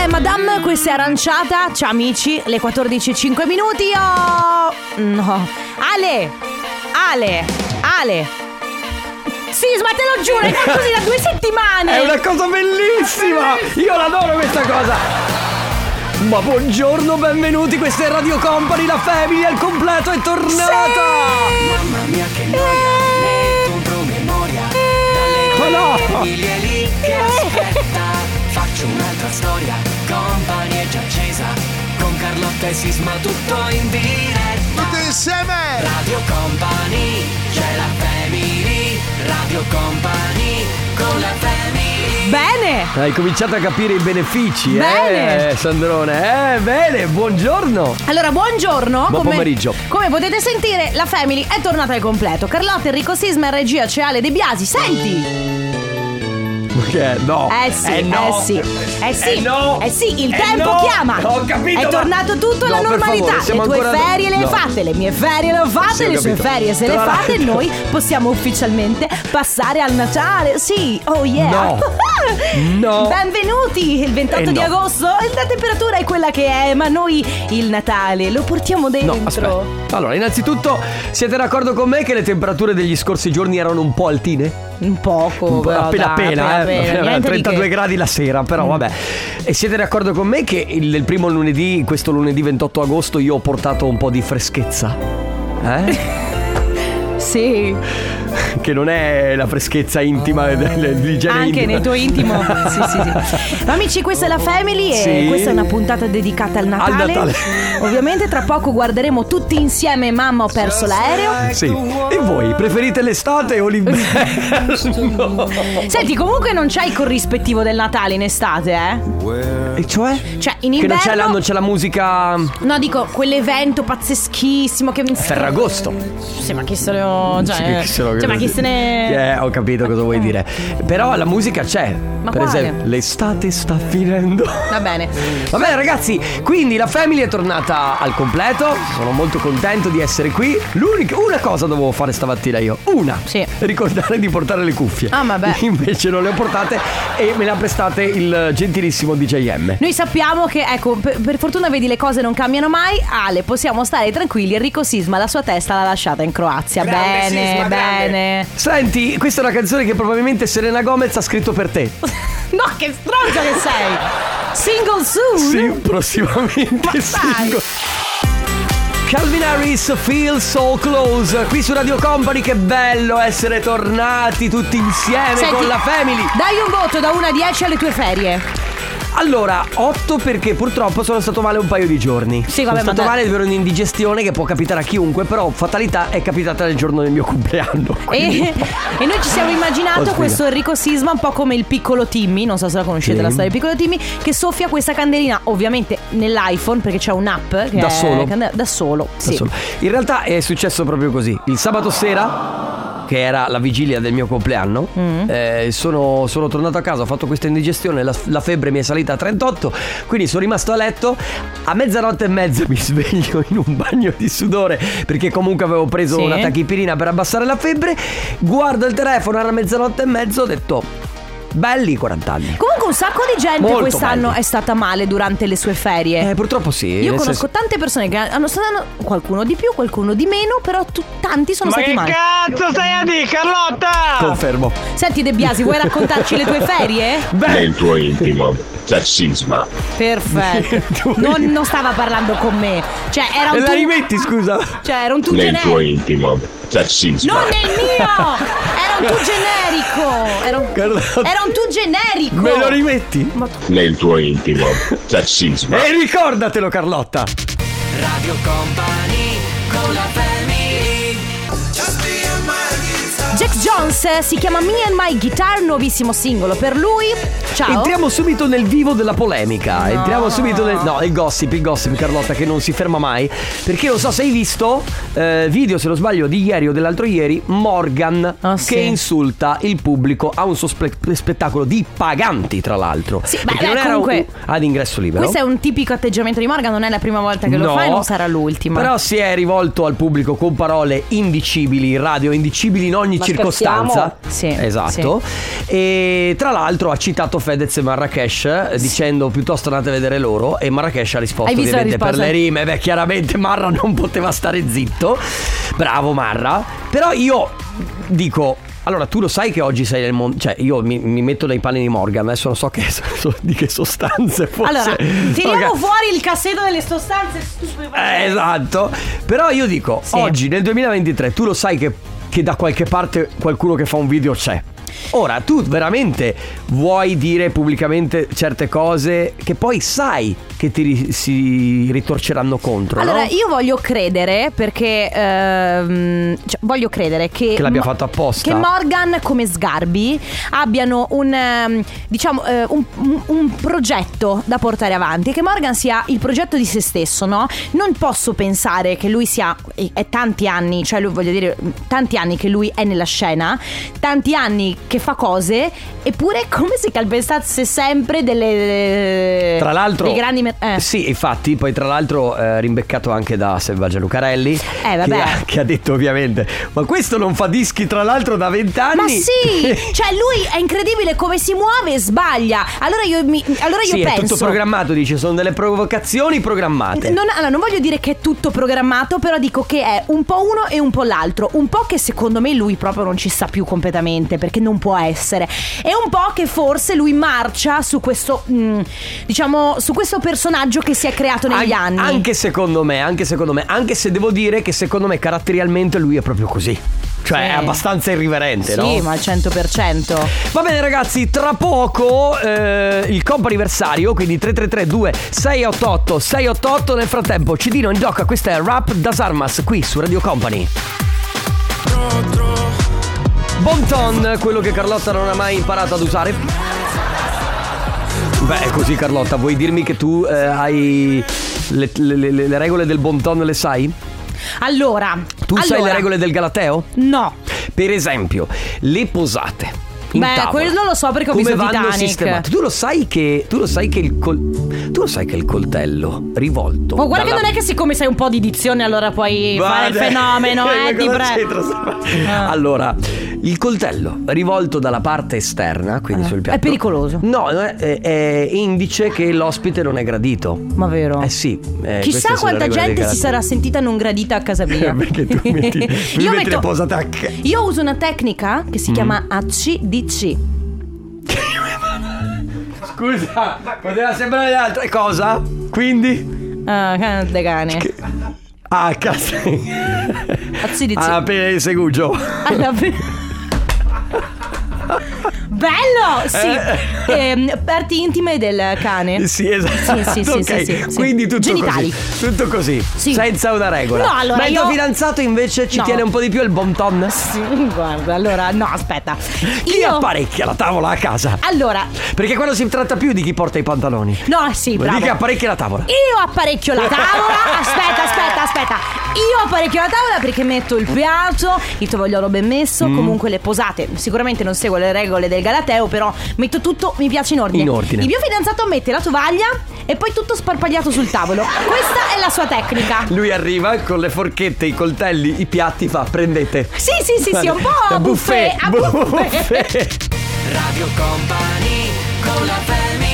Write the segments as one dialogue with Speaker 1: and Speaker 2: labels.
Speaker 1: Madame, questa è Aranciata. Ciao amici, le 14:05 minuti. Oh no, Ale Sisma, te lo giuro, è così da 2 settimane.
Speaker 2: È una cosa bellissima. Io l'adoro questa cosa. Ma buongiorno, benvenuti, questa è Radio Company, la Family al completo è tornata.
Speaker 1: Sì.
Speaker 3: Mamma mia che noia, metto un promemoria. Dalle famiglie lì che aspetta. Faccio un'altra storia, Company è già accesa. Con Carlotta e Sisma tutto in diretta.
Speaker 4: Tutti insieme.
Speaker 3: Radio Company, c'è la Family. Radio Company, con la Family.
Speaker 1: Bene.
Speaker 2: Hai cominciato a capire i benefici,
Speaker 1: Bene.
Speaker 2: Sandrone, bene, buongiorno.
Speaker 1: Allora, buongiorno.
Speaker 2: Buon pomeriggio.
Speaker 1: Come potete sentire, la Family è tornata al completo. Carlotta, Enrico Sisma, in regia c'è Ale De Biasi. Senti.
Speaker 2: No.
Speaker 1: No. Il tempo
Speaker 2: no.
Speaker 1: chiama.
Speaker 2: Ho capito.
Speaker 1: È tornato tutto alla
Speaker 2: No, per
Speaker 1: normalità.
Speaker 2: favore, siamo
Speaker 1: le tue
Speaker 2: ancora-
Speaker 1: ferie le
Speaker 2: no.
Speaker 1: fate, le mie ferie le ho fatte,
Speaker 2: Sì, ho
Speaker 1: le sue
Speaker 2: capito.
Speaker 1: ferie se le
Speaker 2: Tra
Speaker 1: fate e
Speaker 2: l'altro-
Speaker 1: noi possiamo ufficialmente passare al Natale. Sì, oh yeah.
Speaker 2: No. No.
Speaker 1: Benvenuti il 28 di
Speaker 2: no.
Speaker 1: agosto. La temperatura è quella che è, ma noi il Natale lo portiamo dentro.
Speaker 2: No, aspetta. Allora, innanzitutto, siete d'accordo con me che le temperature degli scorsi giorni erano un po' altine?
Speaker 1: Un poco, però,
Speaker 2: appena,
Speaker 1: niente
Speaker 2: 32
Speaker 1: di che.
Speaker 2: gradi la sera, però vabbè. E siete d'accordo con me che il primo lunedì, questo lunedì 28 agosto, io ho portato un po' di freschezza?
Speaker 1: Sì.
Speaker 2: Che non è la freschezza intima dell'igiene
Speaker 1: Anche
Speaker 2: intima.
Speaker 1: nel tuo intimo. sì. Ma amici, questa è la Family e
Speaker 2: Sì.
Speaker 1: questa è una puntata dedicata al Natale.
Speaker 2: Al Natale.
Speaker 1: Ovviamente tra poco guarderemo tutti insieme Mamma ho perso l'aereo.
Speaker 2: Sì. E voi preferite l'estate o l'inverno?
Speaker 1: Senti, comunque non c'è il corrispettivo del Natale in estate,
Speaker 2: E cioè?
Speaker 1: Cioè in
Speaker 2: Che
Speaker 1: inverno
Speaker 2: non c'è la musica
Speaker 1: No, dico, quell'evento pazzeschissimo che
Speaker 2: Ferragosto.
Speaker 1: Sì, ma chi se lo ma chi se ne
Speaker 2: ho capito cosa vuoi dire. Però la musica c'è.
Speaker 1: Ma
Speaker 2: per
Speaker 1: quale?
Speaker 2: esempio, l'estate sta finendo.
Speaker 1: Va bene.
Speaker 2: Va bene ragazzi, quindi la Family è tornata al completo. Sono molto contento di essere qui. Una cosa dovevo fare stamattina io.
Speaker 1: Sì.
Speaker 2: Ricordare di portare le cuffie.
Speaker 1: Ah, vabbè.
Speaker 2: Invece non le ho portate e me le ha prestate il gentilissimo DJM.
Speaker 1: Noi sappiamo che, ecco, per fortuna vedi le cose non cambiano mai. Ale, possiamo stare tranquilli. Enrico Sisma la sua testa l'ha lasciata in Croazia.
Speaker 3: Grande
Speaker 1: Bene,
Speaker 3: Sisma,
Speaker 1: bene.
Speaker 2: Senti, questa è una canzone che probabilmente Selena Gomez ha scritto per te.
Speaker 1: No, che stronzo che sei. Single soon.
Speaker 2: Sì, prossimamente
Speaker 1: Ma
Speaker 2: single. Calvin Harris, Feel So Close. Qui su Radio Company, che bello essere tornati tutti insieme.
Speaker 1: Senti,
Speaker 2: con la Family.
Speaker 1: Dai un voto da 1 a 10 alle tue ferie.
Speaker 2: Allora, 8 perché purtroppo sono stato male un paio di giorni.
Speaker 1: Sì, vabbè,
Speaker 2: sono stato male per un'indigestione che può capitare a chiunque, però fatalità è capitata nel giorno del mio compleanno.
Speaker 1: E noi ci siamo immaginato
Speaker 2: Ospita.
Speaker 1: questo Enrico Sisma un po' come il piccolo Timmy. Non so se la conoscete,
Speaker 2: Sì.
Speaker 1: la storia del piccolo Timmy, che soffia questa candelina ovviamente nell'iPhone, perché c'è un'app che
Speaker 2: Da
Speaker 1: è
Speaker 2: solo?
Speaker 1: Da solo, sì.
Speaker 2: Da solo. In realtà è successo proprio così. Il sabato sera, che era la vigilia del mio compleanno, sono tornato a casa, ho fatto questa indigestione, la febbre mi è salita a 38, quindi sono rimasto a letto. A mezzanotte e mezza mi sveglio in un bagno di sudore, perché comunque avevo preso
Speaker 1: Sì.
Speaker 2: una tachipirina per abbassare la febbre. Guardo il telefono, era mezzanotte e mezzo, ho detto belli 40 anni.
Speaker 1: Comunque un sacco di gente
Speaker 2: Molto
Speaker 1: quest'anno
Speaker 2: belli.
Speaker 1: è stata male durante le sue ferie.
Speaker 2: Purtroppo sì.
Speaker 1: Io
Speaker 2: nel
Speaker 1: conosco tante persone che hanno stato, qualcuno di più, qualcuno di meno, però tanti sono stati male.
Speaker 3: cazzo stai a dire, Carlotta?
Speaker 2: Confermo.
Speaker 1: Senti De Biasi, vuoi raccontarci le tue ferie?
Speaker 5: Nel tuo intimo c'è Sisma.
Speaker 1: Perfetto. Non stava parlando con me. Cioè era un
Speaker 2: E la
Speaker 1: tu.
Speaker 2: rimetti, scusa?
Speaker 1: Cioè era un tu
Speaker 5: Nel tuo
Speaker 1: generico.
Speaker 5: intimo c'è Sisma.
Speaker 1: Non nel mio! Era un tu generico. Era un tu generico.
Speaker 2: Me lo rimetti?
Speaker 5: Nel tuo intimo c'è Sisma.
Speaker 2: E ricordatelo, Carlotta.
Speaker 3: Radio Company, con la Family.
Speaker 1: Jack Jones si chiama Me and My Guitar, nuovissimo singolo per lui. Ciao.
Speaker 2: Entriamo subito nel vivo della polemica. Entriamo subito nel... No, il gossip, Carlotta, che non si ferma mai. Perché non so se hai visto video, se non sbaglio, di ieri o dell'altro ieri, Morgan
Speaker 1: sì.
Speaker 2: che insulta il pubblico a un suo spettacolo di paganti, tra l'altro.
Speaker 1: Sì,
Speaker 2: perché non era
Speaker 1: comunque
Speaker 2: ad ingresso libero.
Speaker 1: questo è un tipico atteggiamento di Morgan, non è la prima volta che lo fa e non sarà l'ultima.
Speaker 2: Però si è rivolto al pubblico con parole indicibili in radio, indicibili in ogni
Speaker 1: Ma
Speaker 2: circostanza.
Speaker 1: Sì,
Speaker 2: esatto. E tra l'altro ha citato Fedez e Marrakesh dicendo piuttosto andate a vedere loro, e Marrakesh ha risposto
Speaker 1: Hai visto la
Speaker 2: ovviamente per
Speaker 1: risposta?
Speaker 2: le rime. Beh, chiaramente Marra non poteva stare zitto. Bravo Marra. Però io dico, allora tu lo sai che oggi sei nel mondo, cioè io mi metto nei panni di Morgan, adesso non so di che sostanze fosse.
Speaker 1: Allora, tiriamo
Speaker 2: Ok.
Speaker 1: fuori il cassetto delle sostanze stupefacenti.
Speaker 2: Esatto. Però io dico,
Speaker 1: Sì.
Speaker 2: oggi nel 2023 tu lo sai che da qualche parte qualcuno che fa un video c'è. Ora, tu veramente vuoi dire pubblicamente certe cose che poi sai che si ritorceranno contro,
Speaker 1: Allora,
Speaker 2: no?
Speaker 1: io voglio credere, perché voglio credere che
Speaker 2: l'abbia fatto apposta.
Speaker 1: Che Morgan come Sgarbi abbiano un progetto da portare avanti, che Morgan sia il progetto di se stesso, no? Non posso pensare che lui sia, è tanti anni, cioè voglio dire tanti anni che lui è nella scena, tanti anni che fa cose, eppure come se calpestasse sempre delle
Speaker 2: Tra l'altro
Speaker 1: dei grandi
Speaker 2: sì, infatti, poi tra l'altro rimbeccato anche da Selvaggia Lucarelli,
Speaker 1: vabbè.
Speaker 2: che ha detto ovviamente, ma questo non fa dischi tra l'altro da 20 anni.
Speaker 1: Ma sì, cioè lui è incredibile come si muove e sbaglia. Allora io
Speaker 2: sì,
Speaker 1: penso,
Speaker 2: è tutto programmato, dice, sono delle provocazioni programmate.
Speaker 1: Allora, non voglio dire che è tutto programmato, però dico che è un po' uno e un po' l'altro. Un po' che secondo me lui proprio non ci sta più completamente, perché non può essere. E un po' che forse lui marcia su questo diciamo, su questo personaggio che si è creato negli anni.
Speaker 2: Anche secondo me, anche se devo dire che secondo me caratterialmente lui è proprio così. Cioè
Speaker 1: Sì.
Speaker 2: è abbastanza irriverente,
Speaker 1: sì,
Speaker 2: no?
Speaker 1: ma al 100%.
Speaker 2: Va bene ragazzi, tra poco il comp anniversario, quindi 3332 688 688. Nel frattempo Cidino in gioca, questa è Rap Das Armas qui su Radio Company. Bon ton, quello che Carlotta non ha mai imparato ad usare. Beh, è così Carlotta, vuoi dirmi che tu hai le regole del bon ton, le sai?
Speaker 1: Allora,
Speaker 2: Sai le regole del Galateo?
Speaker 1: No.
Speaker 2: Per esempio, le posate in
Speaker 1: Beh,
Speaker 2: tavola,
Speaker 1: quello lo so perché ho
Speaker 2: come
Speaker 1: visto
Speaker 2: vanno
Speaker 1: Titanic.
Speaker 2: sistemate? Tu lo sai che il coltello rivolto
Speaker 1: Oh, guarda
Speaker 2: dalla-
Speaker 1: che non è che siccome sai un po' di dizione allora puoi fare il
Speaker 2: Guarda,
Speaker 1: fenomeno, ti
Speaker 2: cosa
Speaker 1: prego.
Speaker 2: c'entra? Allora, il coltello rivolto dalla parte esterna, quindi sul piatto,
Speaker 1: È pericoloso.
Speaker 2: No, è indice che l'ospite non è gradito.
Speaker 1: Ma vero?
Speaker 2: Eh sì.
Speaker 1: Chissà
Speaker 2: queste sono le
Speaker 1: quanta
Speaker 2: regole del
Speaker 1: gente si
Speaker 2: Galateo.
Speaker 1: sarà sentita non gradita a casa mia.
Speaker 2: Perché tu metti le posate a
Speaker 1: Io uso una tecnica che si chiama ACDC.
Speaker 2: Scusa, poteva sembrare altre cosa? Quindi?
Speaker 1: De cane.
Speaker 2: Cazzo.
Speaker 1: ACDC.
Speaker 2: Appena il segugio.
Speaker 1: Bello! Sì. Parti intime del cane.
Speaker 2: Sì, esatto.
Speaker 1: Sì,
Speaker 2: Ok,
Speaker 1: sì.
Speaker 2: quindi tutto
Speaker 1: Genitali.
Speaker 2: così. Tutto così.
Speaker 1: Sì.
Speaker 2: Senza una regola.
Speaker 1: No, allora
Speaker 2: ma il tuo
Speaker 1: io-
Speaker 2: fidanzato invece ci
Speaker 1: No.
Speaker 2: tiene un po' di più il bon ton?
Speaker 1: Sì, guarda, allora, no, aspetta.
Speaker 2: Chi apparecchia la tavola a casa?
Speaker 1: Allora,
Speaker 2: Perché quello si tratta più di chi porta i pantaloni.
Speaker 1: no, sì,
Speaker 2: Ma
Speaker 1: bravo.
Speaker 2: di che apparecchia la tavola.
Speaker 1: Io apparecchio la tavola. Aspetta. Io apparecchio la tavola perché metto il piatto, il tovagliolo ben messo. Comunque le posate. Sicuramente non seguo le regole del Galateo, però metto tutto, mi piace in ordine.
Speaker 2: In ordine.
Speaker 1: Il mio fidanzato mette la tovaglia e poi tutto sparpagliato sul tavolo. Questa è la sua tecnica.
Speaker 2: Lui arriva con le forchette, i coltelli, i piatti, fa prendete.
Speaker 1: Sì, un po' a buffet. A buffet.
Speaker 3: Radio Company con la family.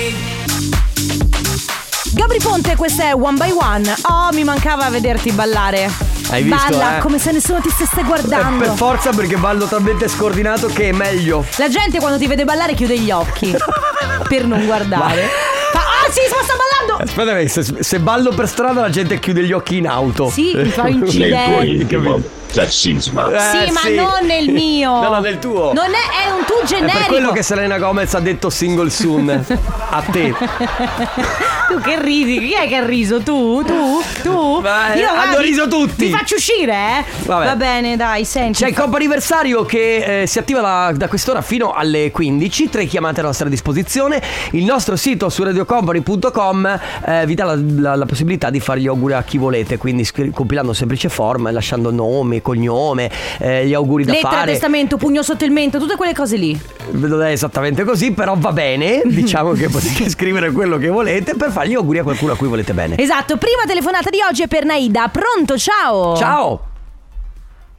Speaker 1: Gabri Ponte, questa è One by One. Oh, mi mancava vederti ballare.
Speaker 2: Hai visto,
Speaker 1: Balla
Speaker 2: eh?
Speaker 1: come se nessuno ti stesse guardando.
Speaker 2: Per forza, perché ballo talmente scordinato che è meglio.
Speaker 1: La gente quando ti vede ballare chiude gli occhi per non guardare. Sì, ma sta ballando.
Speaker 2: Aspetta, se ballo per strada la gente chiude gli occhi in auto.
Speaker 1: Sì, mi fa
Speaker 5: Nel tuo
Speaker 1: incidenti.
Speaker 5: intimo sessisma.
Speaker 1: Sì, ma non nel mio.
Speaker 2: No, nel tuo.
Speaker 1: Non è un tu
Speaker 2: È
Speaker 1: generico.
Speaker 2: per quello che Selena Gomez ha detto single soon a te.
Speaker 1: Tu che ridi? Chi è che ha riso? Tu?
Speaker 2: Ma,
Speaker 1: Io,
Speaker 2: hanno
Speaker 1: guardi,
Speaker 2: riso tutti.
Speaker 1: Ti faccio uscire, eh?
Speaker 2: Vabbè.
Speaker 1: Va bene, dai, senti.
Speaker 2: C'è il comp anniversario che si attiva da quest'ora fino alle 15. 3 chiamate a nostra disposizione. Il nostro sito su radiocompany.com vi dà la possibilità di fare gli auguri a chi volete. Quindi compilando un semplice form, lasciando nome, cognome, gli auguri da
Speaker 1: Lettera,
Speaker 2: fare.
Speaker 1: testamento, pugno sotto il mento, tutte quelle cose lì.
Speaker 2: Non è esattamente così, però va bene. Diciamo che potete scrivere quello che volete per fare gli auguri a qualcuno a cui volete bene.
Speaker 1: Esatto, prima telefonata di oggi è per Naida. Pronto, ciao.
Speaker 2: Ciao.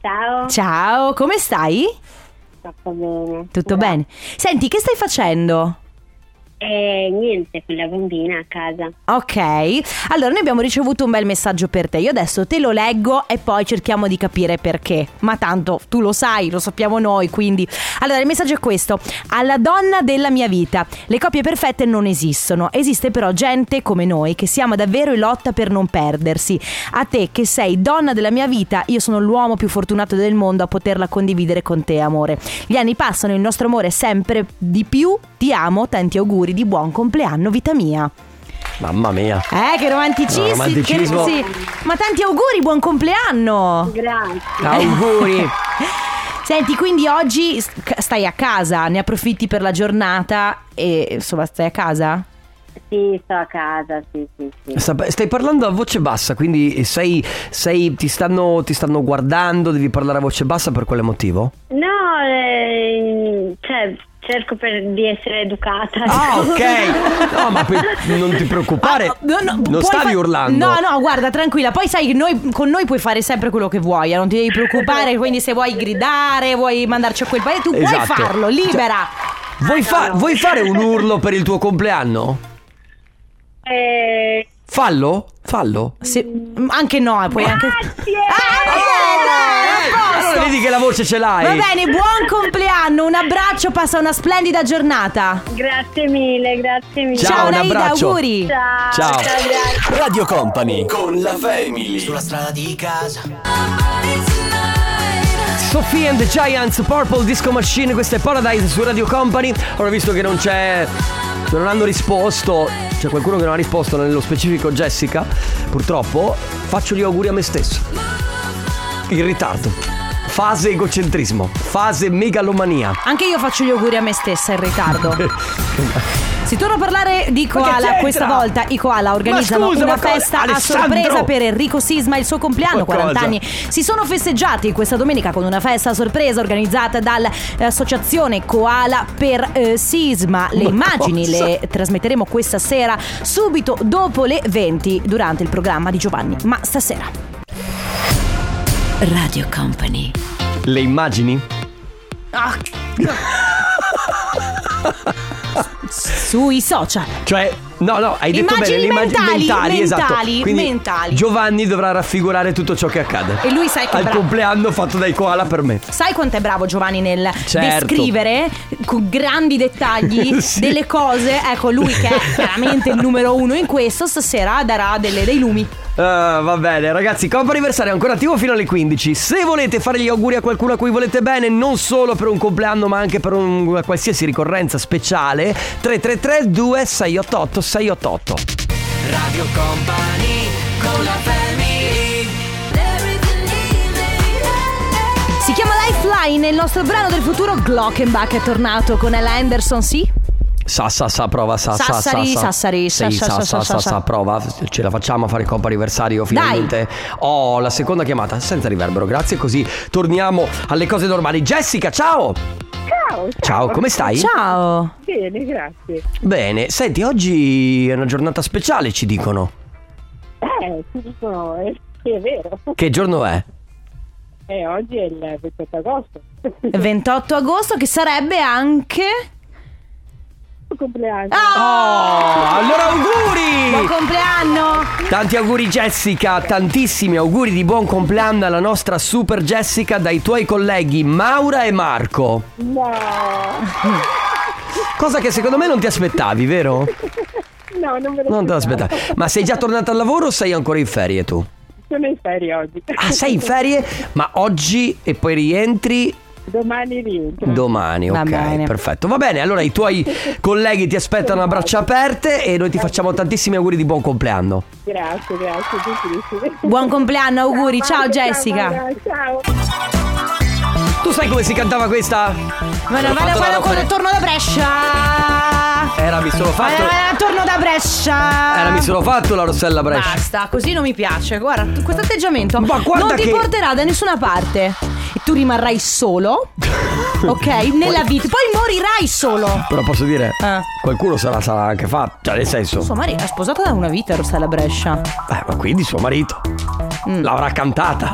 Speaker 4: Ciao.
Speaker 1: Ciao, come stai?
Speaker 4: Tutto bene.
Speaker 1: Tutto bene. Senti, che stai facendo?
Speaker 4: Niente, con la bambina a casa.
Speaker 1: Ok, allora noi abbiamo ricevuto un bel messaggio per te. Io adesso te lo leggo e poi cerchiamo di capire perché. Ma tanto tu lo sai, lo sappiamo noi, quindi. Allora il messaggio è questo: alla donna della mia vita, le coppie perfette non esistono. Esiste però gente come noi che siamo davvero in lotta per non perdersi. A te che sei donna della mia vita, io sono l'uomo più fortunato del mondo a poterla condividere con te, amore. Gli anni passano, il nostro amore è sempre di più. Ti amo, tanti auguri di buon compleanno, vita mia.
Speaker 2: Mamma mia.
Speaker 1: Che romanticismo.
Speaker 2: Romanticismo.
Speaker 1: Sì. Ma tanti auguri, buon compleanno.
Speaker 4: Grazie.
Speaker 2: Auguri.
Speaker 1: Senti, quindi oggi stai a casa, ne approfitti per la giornata e insomma stai a casa?
Speaker 4: Sì, sto a casa, sì.
Speaker 2: Stai parlando a voce bassa, quindi ti stanno guardando, devi parlare a voce bassa, per quale motivo?
Speaker 4: No, cerco di essere educata.
Speaker 2: Ah, ok. No, ma non ti preoccupare. Non stavi urlando.
Speaker 1: No, guarda, tranquilla. Poi sai che con noi puoi fare sempre quello che vuoi, non ti devi preoccupare. Quindi se vuoi gridare, vuoi mandarci a quel paese, tu puoi farlo, libera.
Speaker 2: Vuoi fare un urlo per il tuo compleanno? Fallo?
Speaker 1: Anche no, puoi anche.
Speaker 2: Allora vedi che la voce ce l'hai.
Speaker 1: Va bene, buon compleanno, un abbraccio, passa una splendida giornata.
Speaker 4: Grazie mille.
Speaker 2: Ciao, un
Speaker 1: Naida,
Speaker 2: abbraccio.
Speaker 1: auguri.
Speaker 2: Ciao.
Speaker 4: Grazie.
Speaker 3: Radio Company con la family. Sulla strada di casa.
Speaker 2: Sophie and the Giants, Purple Disco Machine, questa è Paradise su Radio Company. Ora, visto che non hanno risposto, c'è qualcuno che non ha risposto, nello specifico Jessica, purtroppo, faccio gli auguri a me stesso. In ritardo. Fase egocentrismo, fase megalomania.
Speaker 1: Anche io faccio gli auguri a me stessa in ritardo. Si torna a parlare di Koala. Questa volta i Koala organizzano una festa a sorpresa per Enrico Sisma, il suo compleanno, 40 anni. Si sono festeggiati questa domenica con una festa a sorpresa organizzata dall'associazione Koala per Sisma. Le immagini le trasmetteremo questa sera, subito dopo le 20, durante il programma di Giovanni Ma Stasera. Radio Company.
Speaker 2: Le immagini?
Speaker 1: Sui social.
Speaker 2: Cioè, no, hai detto bene, le immagini mentali, esatto. Quindi
Speaker 1: mentali.
Speaker 2: Giovanni dovrà raffigurare tutto ciò che accade.
Speaker 1: E lui sai che
Speaker 2: al compleanno fatto dai Koala per me.
Speaker 1: Sai quanto è bravo Giovanni nel
Speaker 2: Certo.
Speaker 1: descrivere con grandi dettagli
Speaker 2: Sì.
Speaker 1: delle cose. Ecco, lui che è chiaramente il numero uno in questo, stasera darà dei lumi.
Speaker 2: Va bene ragazzi, compo anniversario è ancora attivo fino alle 15. Se volete fare gli auguri a qualcuno a cui volete bene, non solo per un compleanno ma anche per una qualsiasi ricorrenza speciale, 333-2688-688.
Speaker 3: Radio Company con la family.
Speaker 1: Si chiama Lifeline, il nostro brano del futuro. Glockenbach è tornato con Ella Anderson, sì?
Speaker 2: Prova.
Speaker 1: Sassari.
Speaker 2: Prova. Ce la facciamo a fare il compo anniversario finalmente. Oh, la seconda chiamata senza riverbero, grazie, così torniamo alle cose normali. Jessica, ciao. Ciao, come stai?
Speaker 1: Ciao.
Speaker 4: Bene, grazie.
Speaker 2: Bene, senti, oggi è una giornata speciale, ci dicono.
Speaker 4: Ti dicono, sì, è vero.
Speaker 2: Che giorno è?
Speaker 4: Oggi è il 28 agosto.
Speaker 1: 28 agosto, che sarebbe anche
Speaker 4: compleanno.
Speaker 2: Allora auguri!
Speaker 1: Buon compleanno!
Speaker 2: Tanti auguri Jessica, tantissimi auguri di buon compleanno alla nostra super Jessica dai tuoi colleghi Maura e Marco.
Speaker 4: No.
Speaker 2: Cosa che secondo me non ti aspettavi, vero?
Speaker 4: No, non me lo
Speaker 2: Non te l'aspettavi. Ma sei già tornata al lavoro o sei ancora in ferie tu?
Speaker 4: Sono in ferie oggi.
Speaker 2: Ah, sei in ferie? Ma oggi e poi rientri?
Speaker 4: Domani rientro.
Speaker 2: Domani,
Speaker 1: Va
Speaker 2: ok,
Speaker 1: bene.
Speaker 2: perfetto. Va bene, allora i tuoi colleghi ti aspettano a braccia aperte e noi ti facciamo tantissimi auguri di buon compleanno.
Speaker 4: Grazie, tutti.
Speaker 1: Buon compleanno, auguri. Ciao Jessica.
Speaker 4: Ciao.
Speaker 2: Tu sai come si cantava questa?
Speaker 1: Vado quando torno da Brescia.
Speaker 2: Mi sono fatto.
Speaker 1: Torno da Brescia.
Speaker 2: Mi sono fatto la Rossella Brescia.
Speaker 1: Basta, così non mi piace. Guarda, questo atteggiamento
Speaker 2: Ma guarda
Speaker 1: non ti
Speaker 2: che-
Speaker 1: porterà da nessuna parte. E tu rimarrai solo, ok? Nella vita. Poi morirai solo.
Speaker 2: Però posso dire, qualcuno sarà anche fatto. Cioè, nel senso.
Speaker 1: Sua marito è sposata da una vita, Rossella Brescia.
Speaker 2: Ma quindi suo marito l'avrà cantata.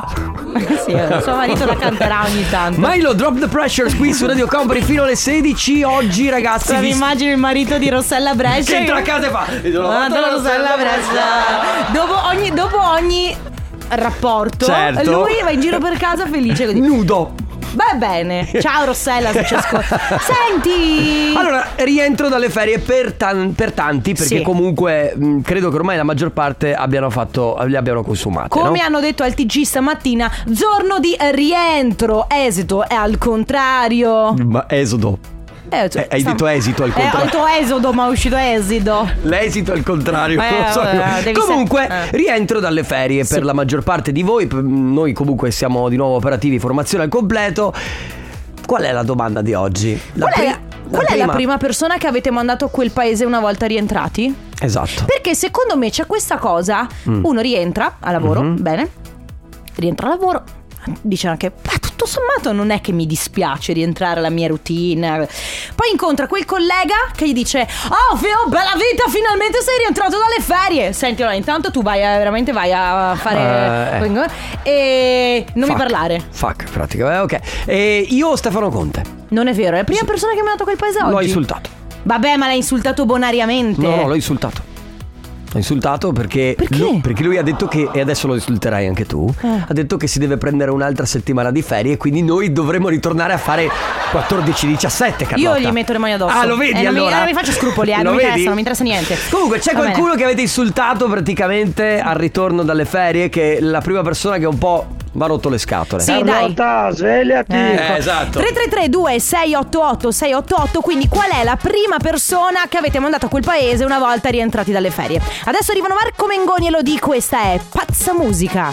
Speaker 1: Sì, suo marito la canterà ogni tanto.
Speaker 2: Milo, Drop the Pressure qui su Radio Company fino alle 16. Oggi ragazzi
Speaker 1: mi immagino il marito di Rossella Brescia
Speaker 2: che entra a casa e fa
Speaker 1: Rossella Brescia. Dopo ogni rapporto,
Speaker 2: certo,
Speaker 1: lui va in giro per casa felice così.
Speaker 2: nudo.
Speaker 1: Va bene. Ciao Rossella, se ci ascolti. Senti.
Speaker 2: Allora, rientro dalle ferie per tanti, perché
Speaker 1: sì,
Speaker 2: comunque credo che ormai la maggior parte le abbiano consumate.
Speaker 1: Come
Speaker 2: no?
Speaker 1: hanno detto al TG stamattina, giorno di rientro. Esito è al contrario.
Speaker 2: Ma esodo. Hai detto esito al contrario.
Speaker 1: Ho detto esodo, ma è uscito esido.
Speaker 2: L'esito è il contrario. Non lo so io. Comunque rientro dalle ferie per la maggior parte di voi. Noi comunque siamo di nuovo operativi, formazione al completo. Qual è la domanda di oggi?
Speaker 1: Qual è la prima persona che avete mandato a quel paese una volta rientrati?
Speaker 2: Esatto.
Speaker 1: Perché secondo me c'è questa cosa. Uno rientra a lavoro, bene, rientra a lavoro, dice anche tutto sommato non è che mi dispiace rientrare alla mia routine. Poi incontra quel collega che gli dice bella vita, finalmente sei rientrato dalle ferie. Senti, allora intanto tu vai a fare e non mi parlare.
Speaker 2: Fuck, pratica. Ok. Io Stefano Conte.
Speaker 1: Non è vero, è la prima persona che mi ha dato quel paese oggi.
Speaker 2: L'ho insultato.
Speaker 1: Vabbè, ma l'hai insultato bonariamente.
Speaker 2: No, l'ho insultato. L'ho insultato perché lui ha detto che, e adesso lo insulterai anche tu, ha detto che si deve prendere un'altra settimana di ferie e quindi noi dovremmo ritornare a fare 14-17, Carlotta.
Speaker 1: Io gli metto le mani addosso.
Speaker 2: Lo vedi allora?
Speaker 1: Non mi faccio scrupoli, non mi interessa niente.
Speaker 2: Comunque c'è qualcuno che avete insultato praticamente al ritorno dalle ferie, che è la prima persona che un po' va rotto le scatole.
Speaker 1: Sì,
Speaker 6: Carlotta, svegliati.
Speaker 2: Esatto.
Speaker 1: 333-2688-688. Quindi qual è la prima persona che avete mandato a quel paese una volta rientrati dalle ferie? Adesso arrivano Marco Mengoni e lo di, questa è Pazza Musica.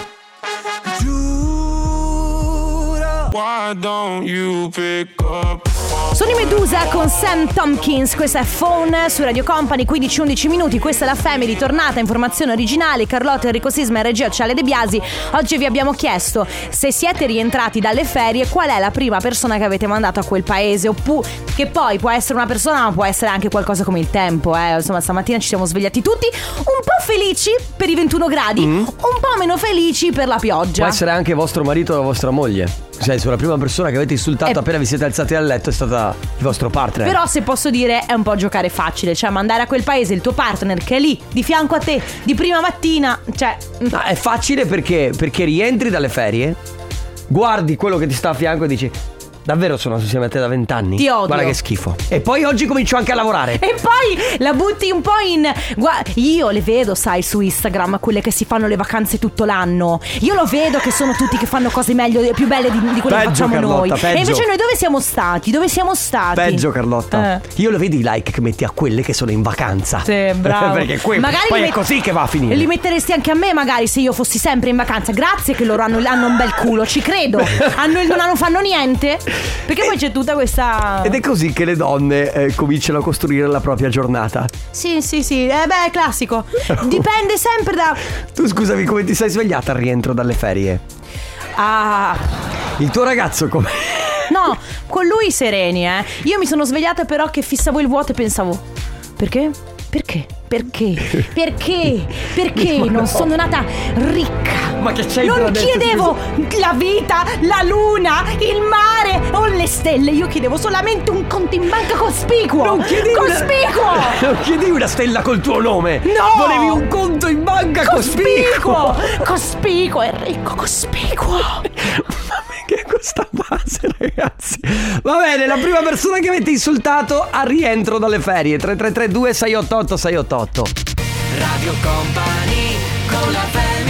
Speaker 7: Why don't you pick up?
Speaker 1: Sono i Medusa con Sam Tompkins. Questa è Phone su Radio Company, 15-11 minuti. Questa è la Family, tornata in formazione originale. Carlotta, Enrico Sisma e regia Ale De Biasi. Oggi vi abbiamo chiesto se siete rientrati dalle ferie, qual è la prima persona che avete mandato a quel paese, oppure che poi può essere una persona ma può essere anche qualcosa come il tempo. Insomma, stamattina ci siamo svegliati tutti un po' felici per i 21 gradi, un po' meno felici per la pioggia.
Speaker 2: Può essere anche vostro marito o la vostra moglie. Cioè, la prima persona che avete insultato appena vi siete alzati dal letto è stata il vostro partner.
Speaker 1: Però se posso dire è un po' giocare facile. Cioè mandare a quel paese il tuo partner che è lì di fianco a te di prima mattina. Cioè
Speaker 2: no, è facile perché rientri dalle ferie, guardi quello che ti sta a fianco e dici: davvero sono insieme a te da 20 anni?
Speaker 1: Ti odio.
Speaker 2: Guarda che schifo. E poi oggi comincio anche a lavorare.
Speaker 1: E poi la butti un po' in... Io le vedo, sai, su Instagram, quelle che si fanno le vacanze tutto l'anno. Io lo vedo che sono tutti che fanno cose meglio, più belle di quelle che facciamo
Speaker 2: Carlotta,
Speaker 1: noi.
Speaker 2: peggio.
Speaker 1: E invece noi dove siamo stati?
Speaker 2: Peggio, Carlotta. Io lo vedi i like che metti a quelle che sono in vacanza.
Speaker 1: Sì, bravo.
Speaker 2: Perché poi è così che va a finire.
Speaker 1: Li metteresti anche a me magari se io fossi sempre in vacanza. Grazie che loro hanno un bel culo, ci credo. Non fanno niente. Perché poi c'è tutta questa...
Speaker 2: Ed è così che le donne cominciano a costruire la propria giornata.
Speaker 1: Sì. È classico. Dipende sempre da...
Speaker 2: Tu scusami, come ti sei svegliata al rientro dalle ferie? Il tuo ragazzo come?
Speaker 1: No, con lui sereni, Io mi sono svegliata però che fissavo il vuoto e pensavo: Perché? Non sono nata ricca.
Speaker 2: Ma che c'hai?
Speaker 1: Non chiedevo la vita, la luna, il mare o le stelle. Io chiedevo solamente un conto in banca cospicuo.
Speaker 2: Non chiedevi una stella col tuo nome.
Speaker 1: No!
Speaker 2: Volevi un conto in banca cospicuo.
Speaker 1: Cospicuo, Enrico, cospicuo.
Speaker 2: Che è questa base, ragazzi? Va bene, la prima persona che avete insultato al rientro dalle ferie. 3332 688 688.
Speaker 3: Radio Company con la Family.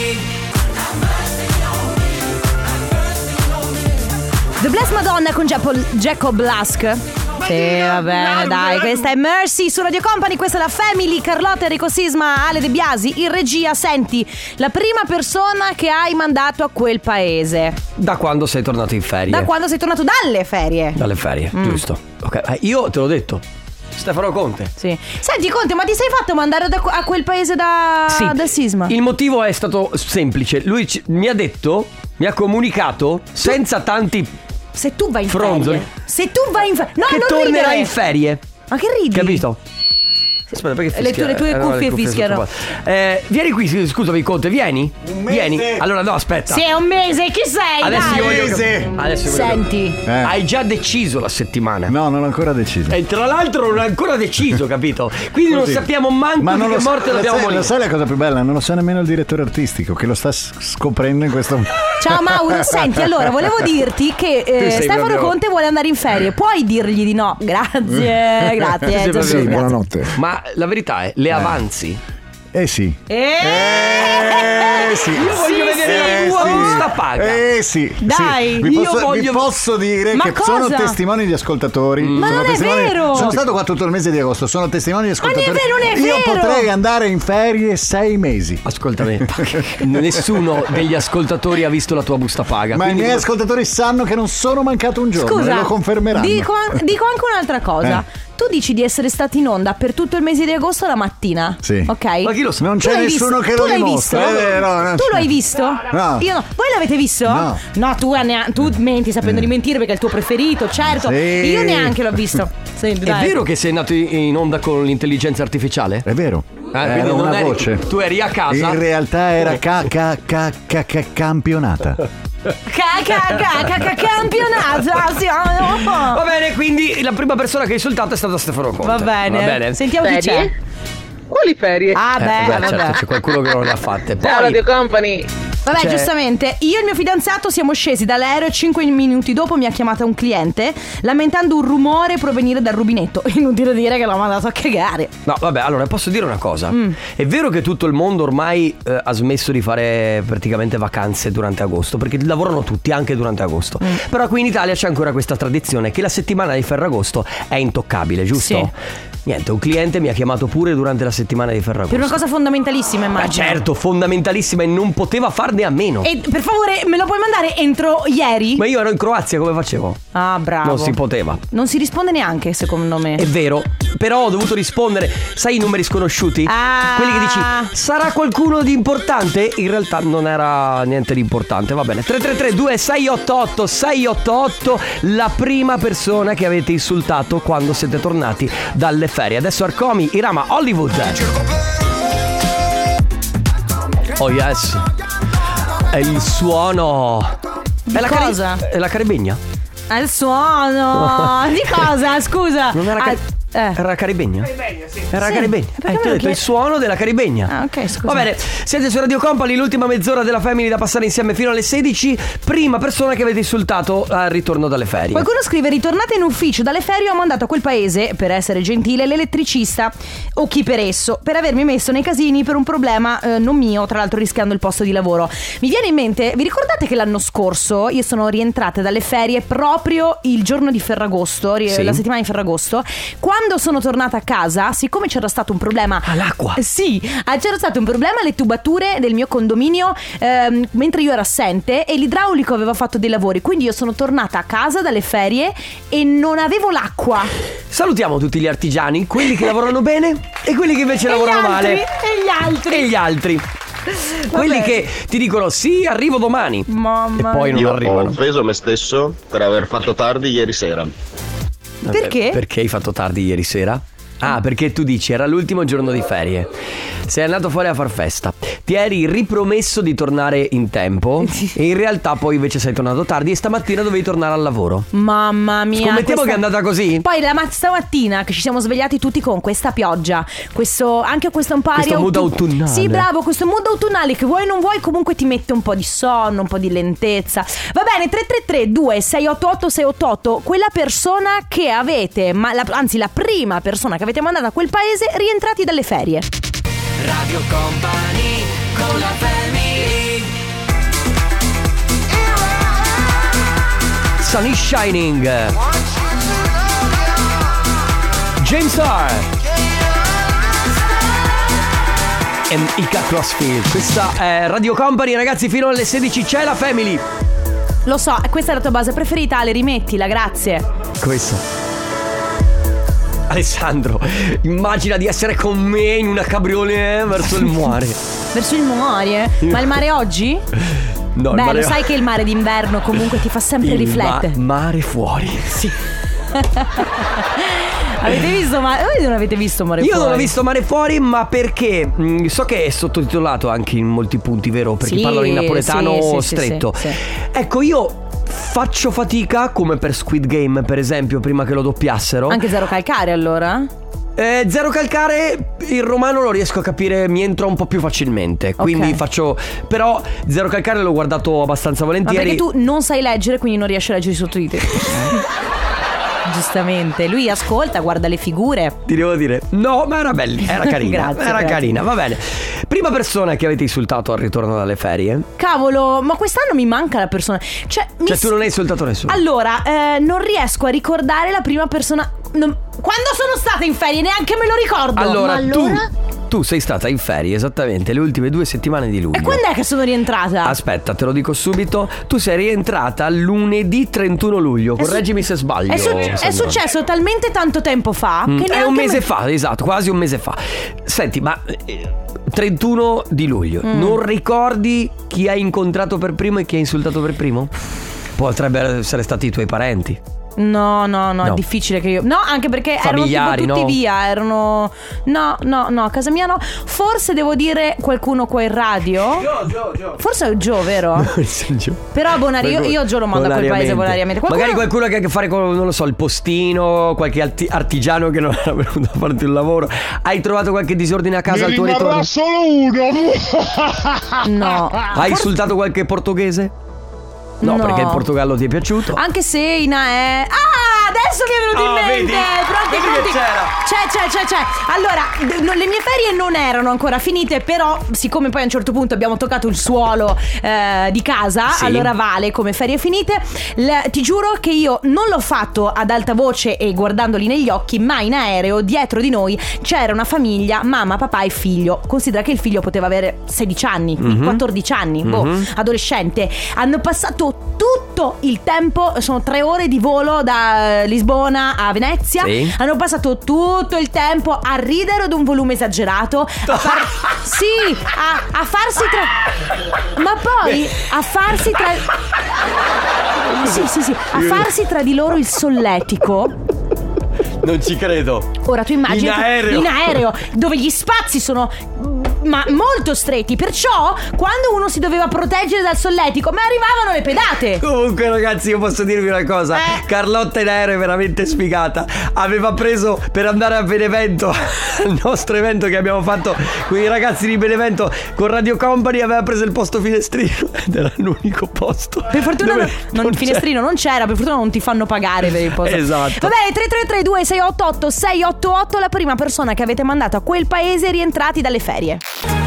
Speaker 1: The Blessed Madonna con Jacob Blask. Sì, va bene, dai, questa è Mercy su Radio Company, questa è la Family, Carlotta, Enrico Sisma, Ale De Biasi, in regia. Senti, la prima persona che hai mandato a quel paese.
Speaker 2: Da quando sei tornato in ferie?
Speaker 1: Da quando sei tornato dalle ferie.
Speaker 2: Dalle ferie, giusto. Ok, io te l'ho detto, Stefano Conte.
Speaker 1: Sì. Senti Conte, ma ti sei fatto mandare a quel paese da Sisma?
Speaker 2: Il motivo è stato semplice. Lui mi ha comunicato senza tanti...
Speaker 1: Se tu vai in
Speaker 2: fronzoli.
Speaker 1: ferie. Se tu vai in ferie. No,
Speaker 2: che
Speaker 1: non
Speaker 2: tornerai
Speaker 1: ridere.
Speaker 2: in ferie.
Speaker 1: Ma che ridi?
Speaker 2: Capito? Aspetta, perché fischia?
Speaker 1: Le tue cuffie fischiano.
Speaker 2: Vieni qui, scusami Conte, vieni. Vieni. Allora no, aspetta.
Speaker 1: Sì, è un mese, chi sei?
Speaker 2: Adesso
Speaker 1: dai.
Speaker 2: io voglio
Speaker 1: Senti.
Speaker 2: Hai già deciso la settimana?
Speaker 6: No, non ho ancora deciso.
Speaker 2: E tra l'altro non è ancora deciso, capito? Quindi non sappiamo manco di che morte dobbiamo morire.
Speaker 6: Lo sai la cosa più bella? Non lo sa nemmeno il direttore artistico che lo sta scoprendo in questo momento.
Speaker 1: Ciao Mauro, senti, allora volevo dirti che Stefano Conte vuole andare in ferie. Puoi dirgli di no? Grazie, grazie.
Speaker 6: Sì, buonanotte.
Speaker 2: Ma la verità è, le avanzi?
Speaker 6: Sì.
Speaker 2: Sì. Io voglio vedere la tua busta paga.
Speaker 6: Sì.
Speaker 1: Dai,
Speaker 6: vi posso dire
Speaker 1: Ma
Speaker 6: che
Speaker 1: cosa?
Speaker 6: sono testimoni di ascoltatori.
Speaker 1: Ma non è vero.
Speaker 6: Sono stato qua tutto il mese di agosto. Sono testimoni di ascoltatori.
Speaker 1: Non è vero.
Speaker 6: Io potrei andare in ferie 6 mesi.
Speaker 2: Ascoltami, nessuno degli ascoltatori ha visto la tua busta paga.
Speaker 6: Ma i miei ascoltatori sanno che non sono mancato un giorno.
Speaker 1: Scusa,
Speaker 6: e lo confermeranno.
Speaker 1: Dico anche un'altra cosa. Tu dici di essere stato in onda per tutto il mese di agosto la mattina.
Speaker 6: Sì.
Speaker 1: Ok.
Speaker 2: Ma chi lo sa?
Speaker 6: Non c'è nessuno che lo dimostra.
Speaker 1: Tu lo hai visto?
Speaker 6: No.
Speaker 1: Io no. Voi l'avete visto?
Speaker 6: No.
Speaker 1: No, tu menti sapendo di mentire perché è il tuo preferito, certo.
Speaker 6: Sì.
Speaker 1: Io neanche l'ho visto. Senti,
Speaker 2: È vero che sei nato in onda con l'intelligenza artificiale?
Speaker 6: È vero.
Speaker 2: Era
Speaker 6: Era una voce.
Speaker 2: Tu eri a casa.
Speaker 6: In realtà era campionata.
Speaker 1: Campionato.
Speaker 2: Va bene, quindi la prima persona che hai insultato è stata Stefano Conte.
Speaker 1: Va bene. Sentiamo chi c'è.
Speaker 8: Quali ferie?
Speaker 1: Vabbè.
Speaker 2: Certo, c'è qualcuno che non le ha fatte.
Speaker 8: Ciao Radio Company.
Speaker 1: Vabbè,
Speaker 2: Cioè-
Speaker 1: giustamente, io e il mio fidanzato siamo scesi dall'aereo e 5 minuti dopo mi ha chiamata un cliente lamentando un rumore provenire dal rubinetto. Inutile dire che l'ho mandato a cagare.
Speaker 2: No, vabbè, allora posso dire una cosa. È vero che tutto il mondo ormai ha smesso di fare praticamente vacanze durante agosto, perché lavorano tutti anche durante agosto. Però qui in Italia c'è ancora questa tradizione che la settimana di Ferragosto è intoccabile, giusto?
Speaker 1: Sì.
Speaker 2: Niente, un cliente mi ha chiamato pure durante la settimana di Ferragosto.
Speaker 1: Per una cosa fondamentalissima,
Speaker 2: Ma
Speaker 1: immagino.
Speaker 2: certo, fondamentalissima, e non poteva farne a meno.
Speaker 1: E per favore, me lo puoi mandare entro ieri?
Speaker 2: Ma io ero in Croazia, come facevo?
Speaker 1: Ah, bravo.
Speaker 2: Non si poteva.
Speaker 1: Non si risponde neanche, secondo me.
Speaker 2: È vero, però ho dovuto rispondere. Sai i numeri sconosciuti?
Speaker 1: Ah.
Speaker 2: Quelli che dici, sarà qualcuno di importante? In realtà non era niente di importante, va bene. 333-2688-688, la prima persona che avete insultato quando siete tornati dalle ferie. Adesso Arcomi, Irama, Hollywood. Oh yes. È il suono.
Speaker 1: Di cosa?
Speaker 2: È la caribegna.
Speaker 1: Ah, il suono. Di cosa? Scusa.
Speaker 2: Non era era caribegna? Era caribegna. Ti ho detto il suono della caribegna.
Speaker 1: Ah, ok, scusa.
Speaker 2: Va bene, siete su Radio Company, l'ultima mezz'ora della Family da passare insieme fino alle 16. Prima persona che avete insultato al ritorno dalle ferie.
Speaker 1: Qualcuno scrive: ritornate in ufficio dalle ferie, ho mandato a quel paese, per essere gentile, l'elettricista o chi per esso, per avermi messo nei casini per un problema non mio, tra l'altro rischiando il posto di lavoro. Mi viene in mente, vi ricordate che l'anno scorso io sono rientrata dalle ferie proprio il giorno di Ferragosto,
Speaker 2: Sì.
Speaker 1: la settimana di Ferragosto. Quando sono tornata a casa, siccome c'era stato un problema
Speaker 2: all'acqua.
Speaker 1: Sì, c'era stato un problema alle tubature del mio condominio mentre io ero assente e l'idraulico aveva fatto dei lavori, quindi io sono tornata a casa dalle ferie e non avevo l'acqua.
Speaker 2: Salutiamo tutti gli artigiani, quelli che lavorano bene e quelli che invece lavorano male.
Speaker 1: E gli altri.
Speaker 2: Quelli che ti dicono sì, arrivo domani.
Speaker 1: Mamma
Speaker 2: e poi non
Speaker 5: Io ho
Speaker 2: arrivano.
Speaker 5: offeso me stesso per aver fatto tardi ieri sera.
Speaker 1: Perché?
Speaker 2: Perché hai fatto tardi ieri sera? Ah, perché tu dici era l'ultimo giorno di ferie. Sei andato fuori a far festa. Ti eri ripromesso di tornare in tempo e in realtà poi invece sei tornato tardi e stamattina dovevi tornare al lavoro.
Speaker 1: Mamma mia.
Speaker 2: Scommettiamo che è andata così?
Speaker 1: Poi stamattina che ci siamo svegliati tutti con questa pioggia, anche questo un pari
Speaker 2: Questo mood autunnale.
Speaker 1: Sì, bravo, questo mood autunnale che vuoi o non vuoi comunque ti mette un po' di sonno, un po' di lentezza. Va bene, 333-2688-688, quella persona che avete, anzi la prima persona che avete mandato a quel paese rientrati dalle ferie.
Speaker 3: Radio Company con la Family.
Speaker 2: Sun is shining. James R. e Ica Crossfield. Questa è Radio Company, ragazzi, fino alle 16 c'è la Family.
Speaker 1: Lo so, questa è la tua base preferita, Ale, rimettila, grazie.
Speaker 2: Questa. Alessandro, immagina di essere con me in una cabriolet verso il mare.
Speaker 1: Verso il mare? Ma il mare oggi?
Speaker 2: No,
Speaker 1: beh,
Speaker 2: il mare...
Speaker 1: lo sai che il mare d'inverno comunque ti fa sempre riflettere.
Speaker 2: Mare fuori.
Speaker 1: Sì. Avete visto? Ma voi non avete visto Mare Fuori?
Speaker 2: Io non ho visto Mare Fuori, ma perché so che è sottotitolato anche in molti punti, vero? Perché
Speaker 1: Sì,
Speaker 2: parlano in napoletano
Speaker 1: sì,
Speaker 2: stretto.
Speaker 1: sì.
Speaker 2: Ecco, io faccio fatica, come per Squid Game per esempio, prima che lo doppiassero.
Speaker 1: Anche Zero Calcare allora?
Speaker 2: Zero Calcare, il romano lo riesco a capire, mi entra un po' più facilmente. Quindi faccio. Però Zero Calcare l'ho guardato abbastanza
Speaker 1: Ma
Speaker 2: volentieri.
Speaker 1: perché tu non sai leggere, quindi non riesci a leggere i sottotitoli. Giustamente, lui ascolta, guarda le figure.
Speaker 2: Ti devo dire, no, ma era bella, era carina.
Speaker 1: Grazie.
Speaker 2: Carina, va bene. Prima persona che avete insultato al ritorno dalle ferie?
Speaker 1: Cavolo, ma quest'anno mi manca la persona. Cioè
Speaker 2: tu non hai insultato nessuno?
Speaker 1: Allora, non riesco a ricordare la prima persona. Quando sono stata in ferie neanche me lo ricordo.
Speaker 2: Allora, tu sei stata in ferie esattamente le ultime 2 settimane di luglio.
Speaker 1: E quando è che sono rientrata?
Speaker 2: Aspetta, te lo dico subito. Tu sei rientrata lunedì 31 luglio. Correggimi se sbaglio.
Speaker 1: È successo talmente tanto tempo fa che
Speaker 2: è un mese fa, esatto, quasi un mese fa. Senti, ma 31 di luglio, non ricordi chi hai incontrato per primo e chi hai insultato per primo? Potrebbero essere stati i tuoi parenti.
Speaker 1: No, è difficile che io. No, anche perché
Speaker 2: familiari,
Speaker 1: erano tipo tutti via. Erano. No, a casa mia no. Forse devo dire qualcuno qua in radio. Gio. Forse è Gio, vero?
Speaker 2: Gio.
Speaker 1: Però io Gio lo mando a quel paese bonariamente.
Speaker 2: Magari qualcuno che ha a che fare con, non lo so, il postino, qualche artigiano che non era venuto a farti un lavoro. Hai trovato qualche disordine a casa al tuo ritorno?
Speaker 9: Solo uno.
Speaker 1: No.
Speaker 2: Hai insultato qualche portoghese? No, perché il Portogallo ti è piaciuto?
Speaker 1: Anche se Ina è... adesso mi è venuto in mente.
Speaker 2: Vedi
Speaker 1: Pronti?
Speaker 2: che c'era.
Speaker 1: C'è. Allora, le mie ferie non erano ancora finite, però siccome poi a un certo punto abbiamo toccato il suolo di casa,
Speaker 2: sì.
Speaker 1: Allora vale come ferie finite. Ti giuro che io non l'ho fatto ad alta voce e guardandoli negli occhi, ma in aereo dietro di noi c'era una famiglia, mamma, papà e figlio. Considera che il figlio poteva avere 16 anni, 14 anni, adolescente. Hanno passato tutto il tempo, sono 3 ore di volo da Lisbona a Venezia.
Speaker 2: Sì.
Speaker 1: Hanno passato tutto il tempo a ridere ad un volume esagerato, a farsi tra. Ma poi a farsi tra. Sì, a farsi tra di loro il solletico.
Speaker 2: Non ci credo.
Speaker 1: Ora tu immagini in aereo dove gli spazi sono molto stretti, perciò quando uno si doveva proteggere dal solletico, ma arrivavano le pedate.
Speaker 2: Comunque ragazzi, io posso dirvi una cosa, Carlotta in aereo è veramente sfigata. Aveva preso per andare a Benevento al nostro evento che abbiamo fatto con i ragazzi di Benevento con Radio Company, aveva preso il posto finestrino ed era l'unico posto.
Speaker 1: Per fortuna non finestrino non c'era, per fortuna non ti fanno pagare per il posto.
Speaker 2: Esatto.
Speaker 1: Va bene, 3332 688 688, la prima persona che avete mandato a quel paese rientrati dalle ferie.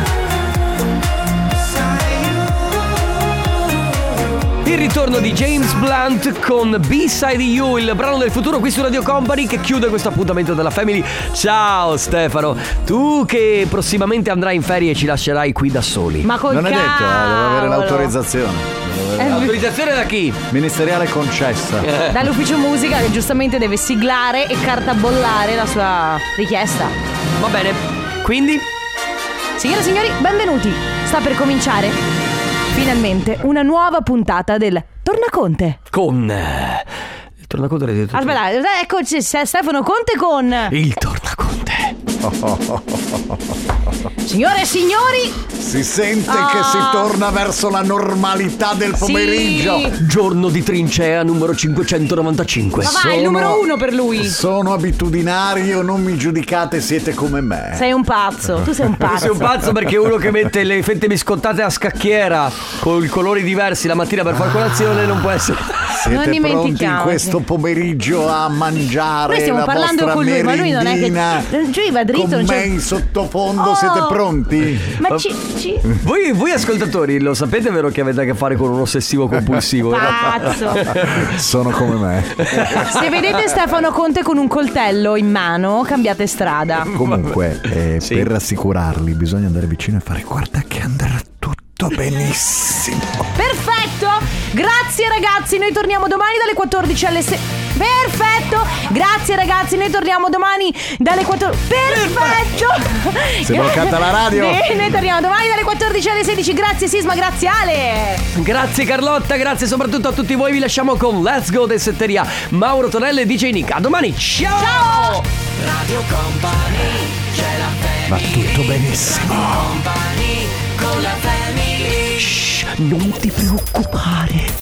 Speaker 2: Il ritorno di James Blunt con B-Side You, il brano del futuro qui su Radio Company che chiude questo appuntamento della Family. Ciao Stefano, tu che prossimamente andrai in ferie e ci lascerai qui da soli.
Speaker 1: Ma col
Speaker 6: non è detto, devo avere l'autorizzazione.
Speaker 2: L'autorizzazione da chi?
Speaker 6: Ministeriale concessa.
Speaker 1: Dall'ufficio musica che giustamente deve siglare e cartabollare la sua richiesta.
Speaker 2: Va bene, quindi?
Speaker 1: Signore e signori, benvenuti. Sta per cominciare finalmente una nuova puntata del Tornaconte.
Speaker 2: Con il Tornaconte l'hai detto.
Speaker 1: Aspetta, eccoci Stefano Conte con
Speaker 2: il Tornaconte.
Speaker 1: Signore e signori,
Speaker 6: si sente che si torna verso la normalità del pomeriggio.
Speaker 1: Sì.
Speaker 2: Giorno di trincea numero 595.
Speaker 1: Ma vai, il numero 1 per lui.
Speaker 6: Sono abitudinario, non mi giudicate, siete come me.
Speaker 1: Sei un pazzo, tu sei un pazzo.
Speaker 2: Sei un pazzo perché uno che mette le fette biscottate a scacchiera con colori diversi la mattina per fare colazione non può essere.
Speaker 6: Siete pronti in questo pomeriggio a mangiare?
Speaker 1: Noi stiamo
Speaker 6: la
Speaker 1: parlando
Speaker 6: vostra
Speaker 1: con lui, ma lui non è che Giù va dritto,
Speaker 6: con me in sottofondo. Siete pronti?
Speaker 1: Ma
Speaker 2: voi ascoltatori lo sapete, vero, che avete a che fare con un ossessivo compulsivo?
Speaker 1: Pazzo.
Speaker 6: Sono come me.
Speaker 1: Se vedete Stefano Conte con un coltello in mano, cambiate strada.
Speaker 6: Comunque sì, per rassicurarli bisogna andare vicino e fare: guarda che andrà tutto benissimo.
Speaker 1: Perfetto. Grazie ragazzi, noi torniamo domani dalle 14 alle 6. Perfetto. Grazie ragazzi, noi torniamo domani dalle 4. Perfetto!
Speaker 6: Si è bloccata la radio.
Speaker 1: Noi torniamo domani dalle 14 alle 16. Grazie Sisma, grazie Ale.
Speaker 2: Grazie Carlotta, grazie soprattutto a tutti voi. Vi lasciamo con Let's Go Densetteria, Mauro Tonello e DJ Nick. A domani, ciao!
Speaker 3: Radio Company, c'è la family.
Speaker 6: Va tutto benissimo.
Speaker 3: Company con la family.
Speaker 2: Shh, non ti preoccupare.